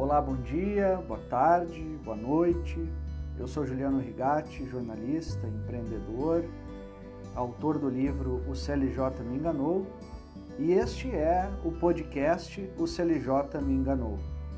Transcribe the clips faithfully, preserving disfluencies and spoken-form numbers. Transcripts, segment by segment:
Olá, bom dia, boa tarde, boa noite. Eu sou Juliano Rigatti, jornalista, empreendedor, autor do livro O C L J Me Enganou, e este é o podcast O C L J Me Enganou.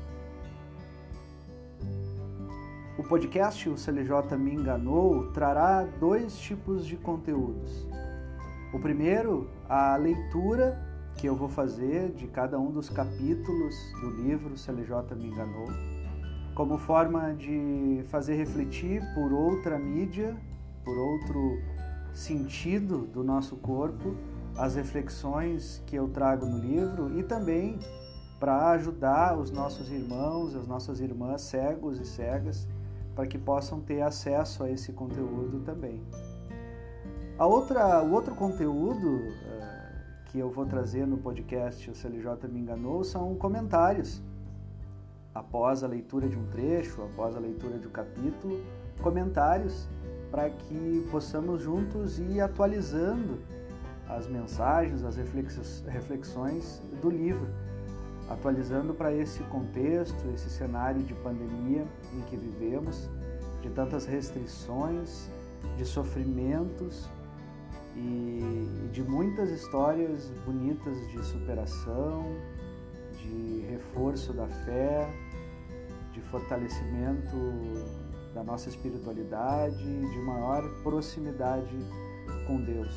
O podcast O C L J Me Enganou trará dois tipos de conteúdos. O primeiro, a leitura que eu vou fazer de cada um dos capítulos do livro O C L J Me Enganou, como forma de fazer refletir por outra mídia, por outro sentido do nosso corpo, as reflexões que eu trago no livro, e também para ajudar os nossos irmãos e as nossas irmãs cegos e cegas para que possam ter acesso a esse conteúdo também. A outra, o outro conteúdo uh, que eu vou trazer no podcast O C L J Me Enganou são comentários. Após a leitura de um trecho, após a leitura de um capítulo, comentários para que possamos juntos ir atualizando as mensagens, as reflexões do livro, atualizando para esse contexto, esse cenário de pandemia em que vivemos, de tantas restrições, de sofrimentos e de muitas histórias bonitas de superação, de reforço da fé, de fortalecimento da nossa espiritualidade, de maior proximidade com Deus.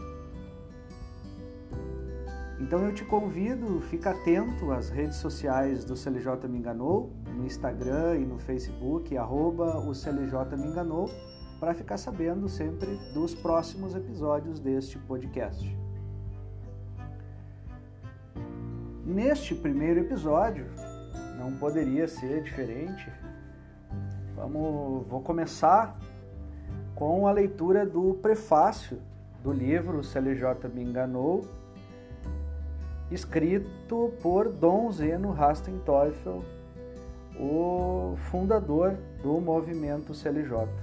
Então eu te convido, fica atento às redes sociais do C L J Me Enganou, no Instagram e no Facebook, arroba o C L J Me Enganou, para ficar sabendo sempre dos próximos episódios deste podcast. Neste primeiro episódio, não poderia ser diferente, vamos, vou começar com a leitura do prefácio do livro O C L J Me Enganou, escrito por Dom Zeno Rasten Teufel, o fundador do movimento C L J.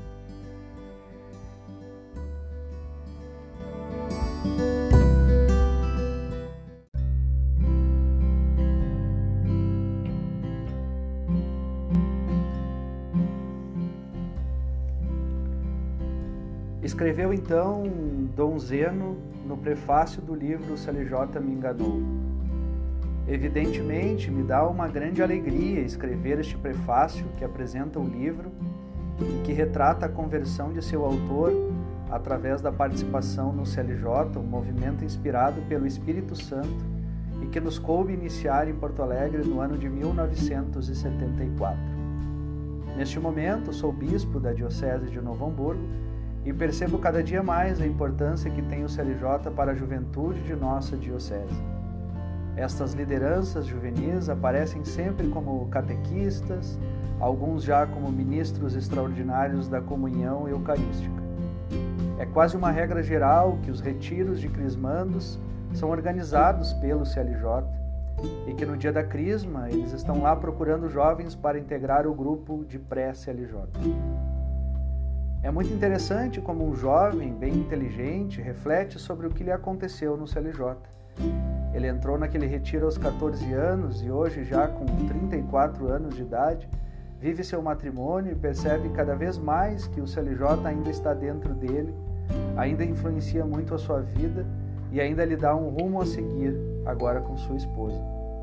Escreveu então Dom Zeno no prefácio do livro O C L J Me Enganou. Evidentemente, me dá uma grande alegria escrever este prefácio que apresenta o livro e que retrata a conversão de seu autor através da participação no C L J, um movimento inspirado pelo Espírito Santo e que nos coube iniciar em Porto Alegre no ano de mil novecentos e setenta e quatro. Neste momento, sou bispo da Diocese de Novo Hamburgo e percebo cada dia mais a importância que tem o C L J para a juventude de nossa diocese. Estas lideranças juvenis aparecem sempre como catequistas, alguns já como ministros extraordinários da comunhão eucarística. É quase uma regra geral que os retiros de crismandos são organizados pelo C L J e que no dia da crisma eles estão lá procurando jovens para integrar o grupo de pré-C L J. É muito interessante como um jovem bem inteligente reflete sobre o que lhe aconteceu no C L J. Ele entrou naquele retiro aos catorze anos e hoje, já com trinta e quatro anos de idade, vive seu matrimônio e percebe cada vez mais que o C L J ainda está dentro dele, ainda influencia muito a sua vida e ainda lhe dá um rumo a seguir, agora com sua esposa.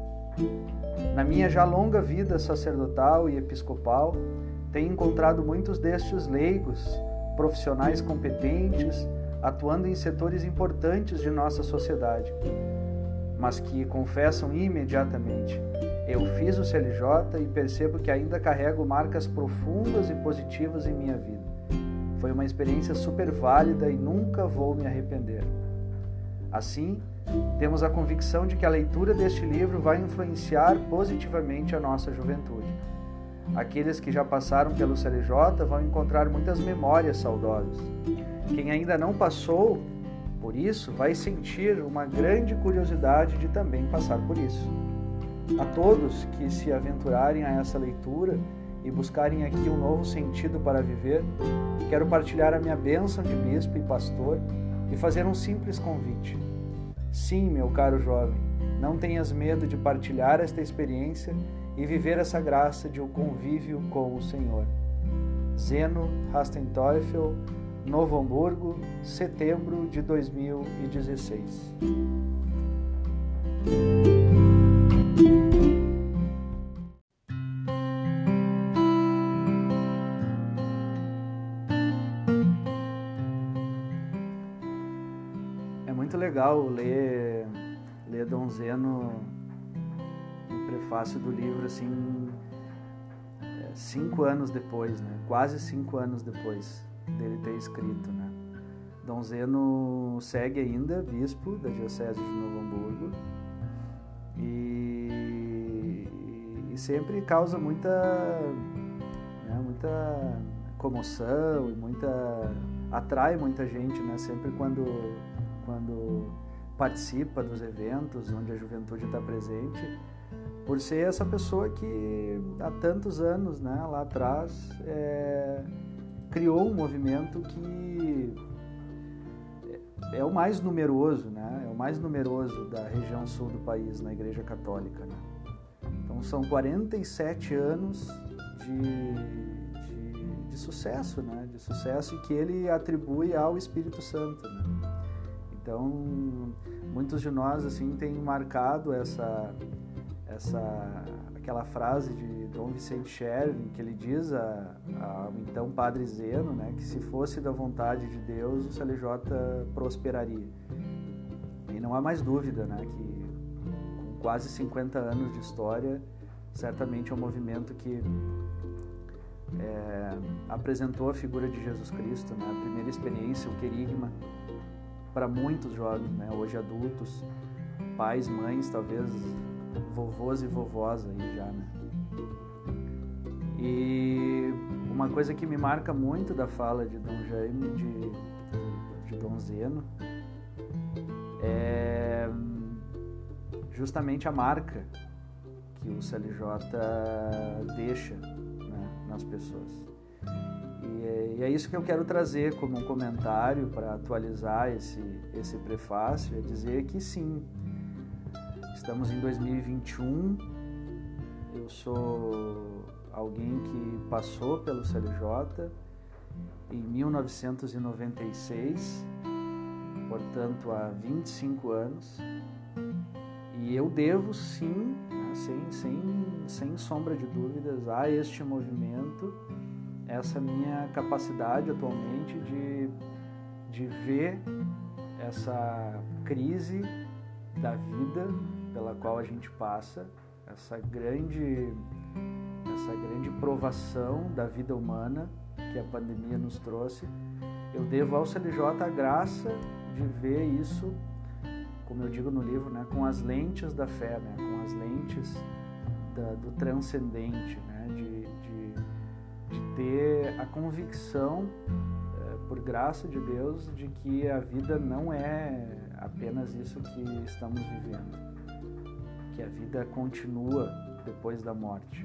Na minha já longa vida sacerdotal e episcopal, tenho encontrado muitos destes leigos, profissionais competentes, atuando em setores importantes de nossa sociedade, mas que confessam imediatamente: eu fiz o C L J e percebo que ainda carrego marcas profundas e positivas em minha vida. Foi uma experiência super válida e nunca vou me arrepender. Assim, temos a convicção de que a leitura deste livro vai influenciar positivamente a nossa juventude. Aqueles que já passaram pelo C L J vão encontrar muitas memórias saudosas. Quem ainda não passou por isso vai sentir uma grande curiosidade de também passar por isso. A todos que se aventurarem a essa leitura e buscarem aqui um novo sentido para viver, quero partilhar a minha bênção de bispo e pastor e fazer um simples convite. Sim, meu caro jovem, não tenhas medo de partilhar esta experiência e viver essa graça de um convívio com o Senhor. Zeno Rastenteufel, Novo Hamburgo, setembro de dois mil e dezesseis. É muito legal ler, ler Dom Zeno no prefácio do livro, assim, cinco anos depois, né? Quase cinco anos depois dele ter escrito, né? Dom Zeno segue ainda bispo da Diocese de Novo Hamburgo e, e sempre causa muita, né, muita comoção e muita atrai muita gente, né? Sempre quando quando participa dos eventos onde a juventude está presente, por ser essa pessoa que há tantos anos, né, lá atrás, é, criou um movimento que é o mais numeroso, né, é o mais numeroso da região sul do país na Igreja Católica, né? Então são quarenta e sete anos de, de, de sucesso, né, de sucesso, e que ele atribui ao Espírito Santo, né? Então, muitos de nós assim têm marcado essa essa aquela frase de Dom Vicente Schervin, que ele diz a, a então Padre Zeno, né, que se fosse da vontade de Deus, o C L J prosperaria. E não há mais dúvida, né, que com quase cinquenta anos de história, certamente é um movimento que é, apresentou a figura de Jesus Cristo, né, a primeira experiência, o querigma, para muitos jovens, né, hoje adultos, pais, mães, talvez vovôs e vovós aí já, né? E uma coisa que me marca muito da fala de Dom Jaime, de, de Dom Zeno, é justamente a marca que o C L J deixa, né, nas pessoas. E, e é isso que eu quero trazer como um comentário para atualizar esse, esse prefácio, é dizer que sim, estamos em dois mil e vinte e um, eu sou alguém que passou pelo C L J em mil novecentos e noventa e seis, portanto há vinte e cinco anos, e eu devo sim, né, sem, sem, sem sombra de dúvidas, a este movimento, essa minha capacidade atualmente de, de ver essa crise da vida pela qual a gente passa, essa grande, essa grande provação da vida humana que a pandemia nos trouxe. Eu devo ao C L J a graça de ver isso, como eu digo no livro, né, com as lentes da fé, né, com as lentes da, do transcendente, né, de, de, de ter a convicção, é, por graça de Deus, de que a vida não é apenas isso que estamos vivendo, que a vida continua depois da morte.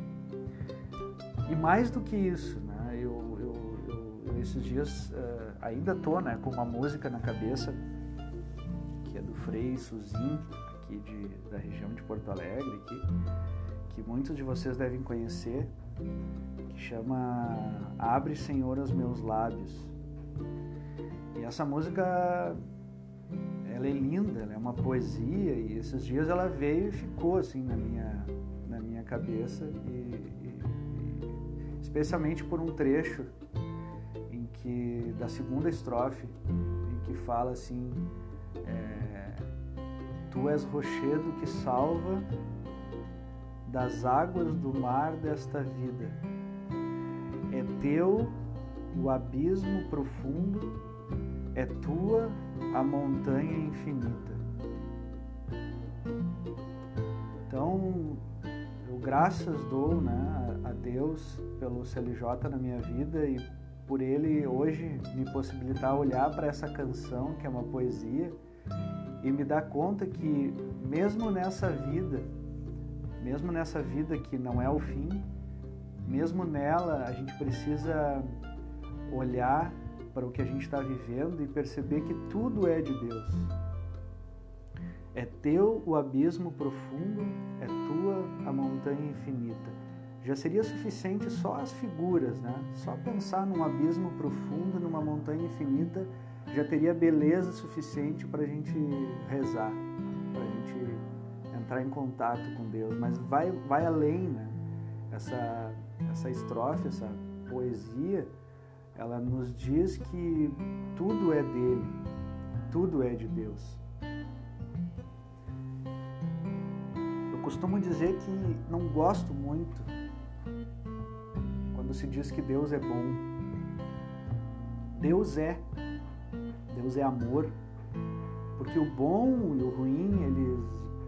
E mais do que isso, né, eu, eu, eu, eu esses dias uh, ainda tô, né, com uma música na cabeça, que é do Frei Suzin, aqui de, da região de Porto Alegre, que, que muitos de vocês devem conhecer, que chama Abre, Senhor, os Meus Lábios. E essa música, ela é linda, ela é uma poesia, e esses dias ela veio e ficou assim na minha, na minha cabeça, e, e, e especialmente por um trecho em que, da segunda estrofe, em que fala assim, é, Tu és rochedo que salva das águas do mar desta vida, é teu o abismo profundo, é tua a montanha infinita. Então, eu graças dou, né, a Deus pelo C L J na minha vida e por ele hoje me possibilitar olhar para essa canção, que é uma poesia, e me dar conta que mesmo nessa vida, mesmo nessa vida que não é o fim, mesmo nela a gente precisa olhar para o que a gente está vivendo e perceber que tudo é de Deus. É teu o abismo profundo, é tua a montanha infinita. Já seria suficiente só as figuras, né? Só pensar num abismo profundo, numa montanha infinita, já teria beleza suficiente para a gente rezar, para a gente entrar em contato com Deus. Mas vai, vai além, né? Essa, essa estrofe, essa poesia, ela nos diz que tudo é dele, tudo é de Deus. Eu costumo dizer que não gosto muito quando se diz que Deus é bom. Deus é. Deus é amor. Porque o bom e o ruim, eles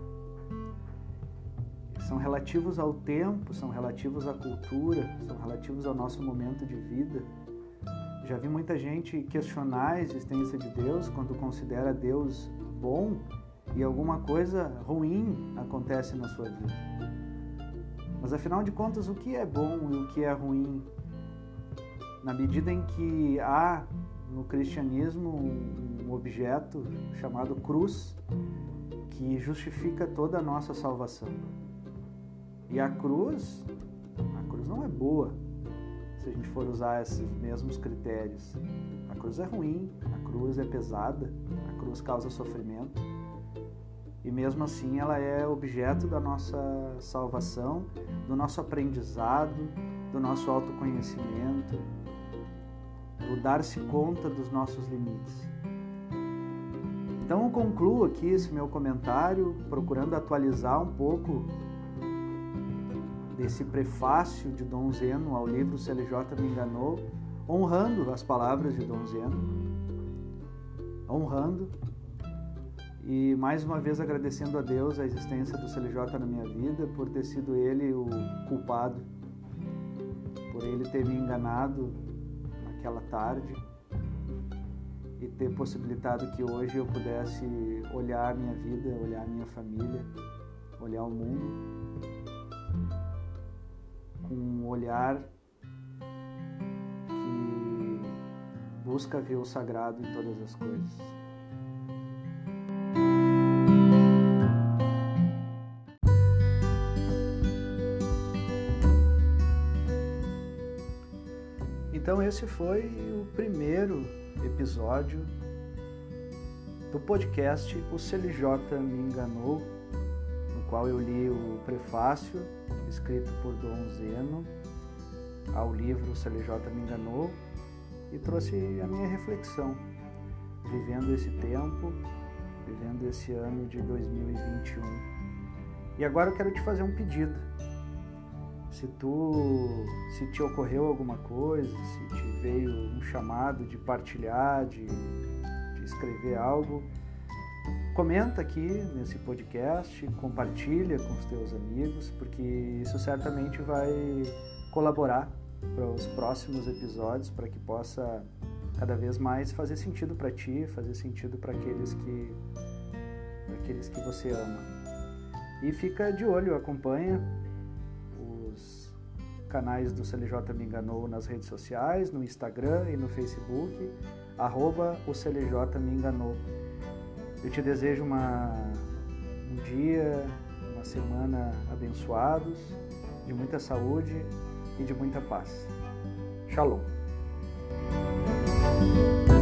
são relativos ao tempo, são relativos à cultura, são relativos ao nosso momento de vida. Já vi muita gente questionar a existência de Deus quando considera Deus bom e alguma coisa ruim acontece na sua vida. Mas afinal de contas, o que é bom e o que é ruim? Na medida em que há no cristianismo um objeto chamado cruz que justifica toda a nossa salvação. E a cruz, a cruz não é boa se a gente for usar esses mesmos critérios. A cruz é ruim, a cruz é pesada, a cruz causa sofrimento. E mesmo assim ela é objeto da nossa salvação, do nosso aprendizado, do nosso autoconhecimento, do dar-se conta dos nossos limites. Então eu concluo aqui esse meu comentário procurando atualizar um pouco desse prefácio de Dom Zeno ao livro C L J Me Enganou, honrando as palavras de Dom Zeno, honrando e mais uma vez agradecendo a Deus a existência do C L J na minha vida, por ter sido ele o culpado, por ele ter me enganado naquela tarde e ter possibilitado que hoje eu pudesse olhar a minha vida, olhar a minha família, olhar o mundo com um olhar que busca ver o sagrado em todas as coisas. Então esse foi o primeiro episódio do podcast O C L J Me Enganou, no qual eu li o prefácio escrito por Dom Zeno ao livro O C L J Me Enganou e trouxe a minha reflexão, vivendo esse tempo, vivendo esse ano de dois mil e vinte e um. E agora eu quero te fazer um pedido. Se tu, se te ocorreu alguma coisa, se te veio um chamado de partilhar, de, de escrever algo, comenta aqui nesse podcast, compartilha com os teus amigos, porque isso certamente vai colaborar para os próximos episódios, para que possa cada vez mais fazer sentido para ti, fazer sentido para aqueles que, para aqueles que você ama. E fica de olho, acompanha os canais do C L J Me Enganou nas redes sociais, no Instagram e no Facebook, arroba o C L J Me Enganou. Eu te desejo uma, um dia, uma semana abençoados, de muita saúde e de muita paz. Shalom.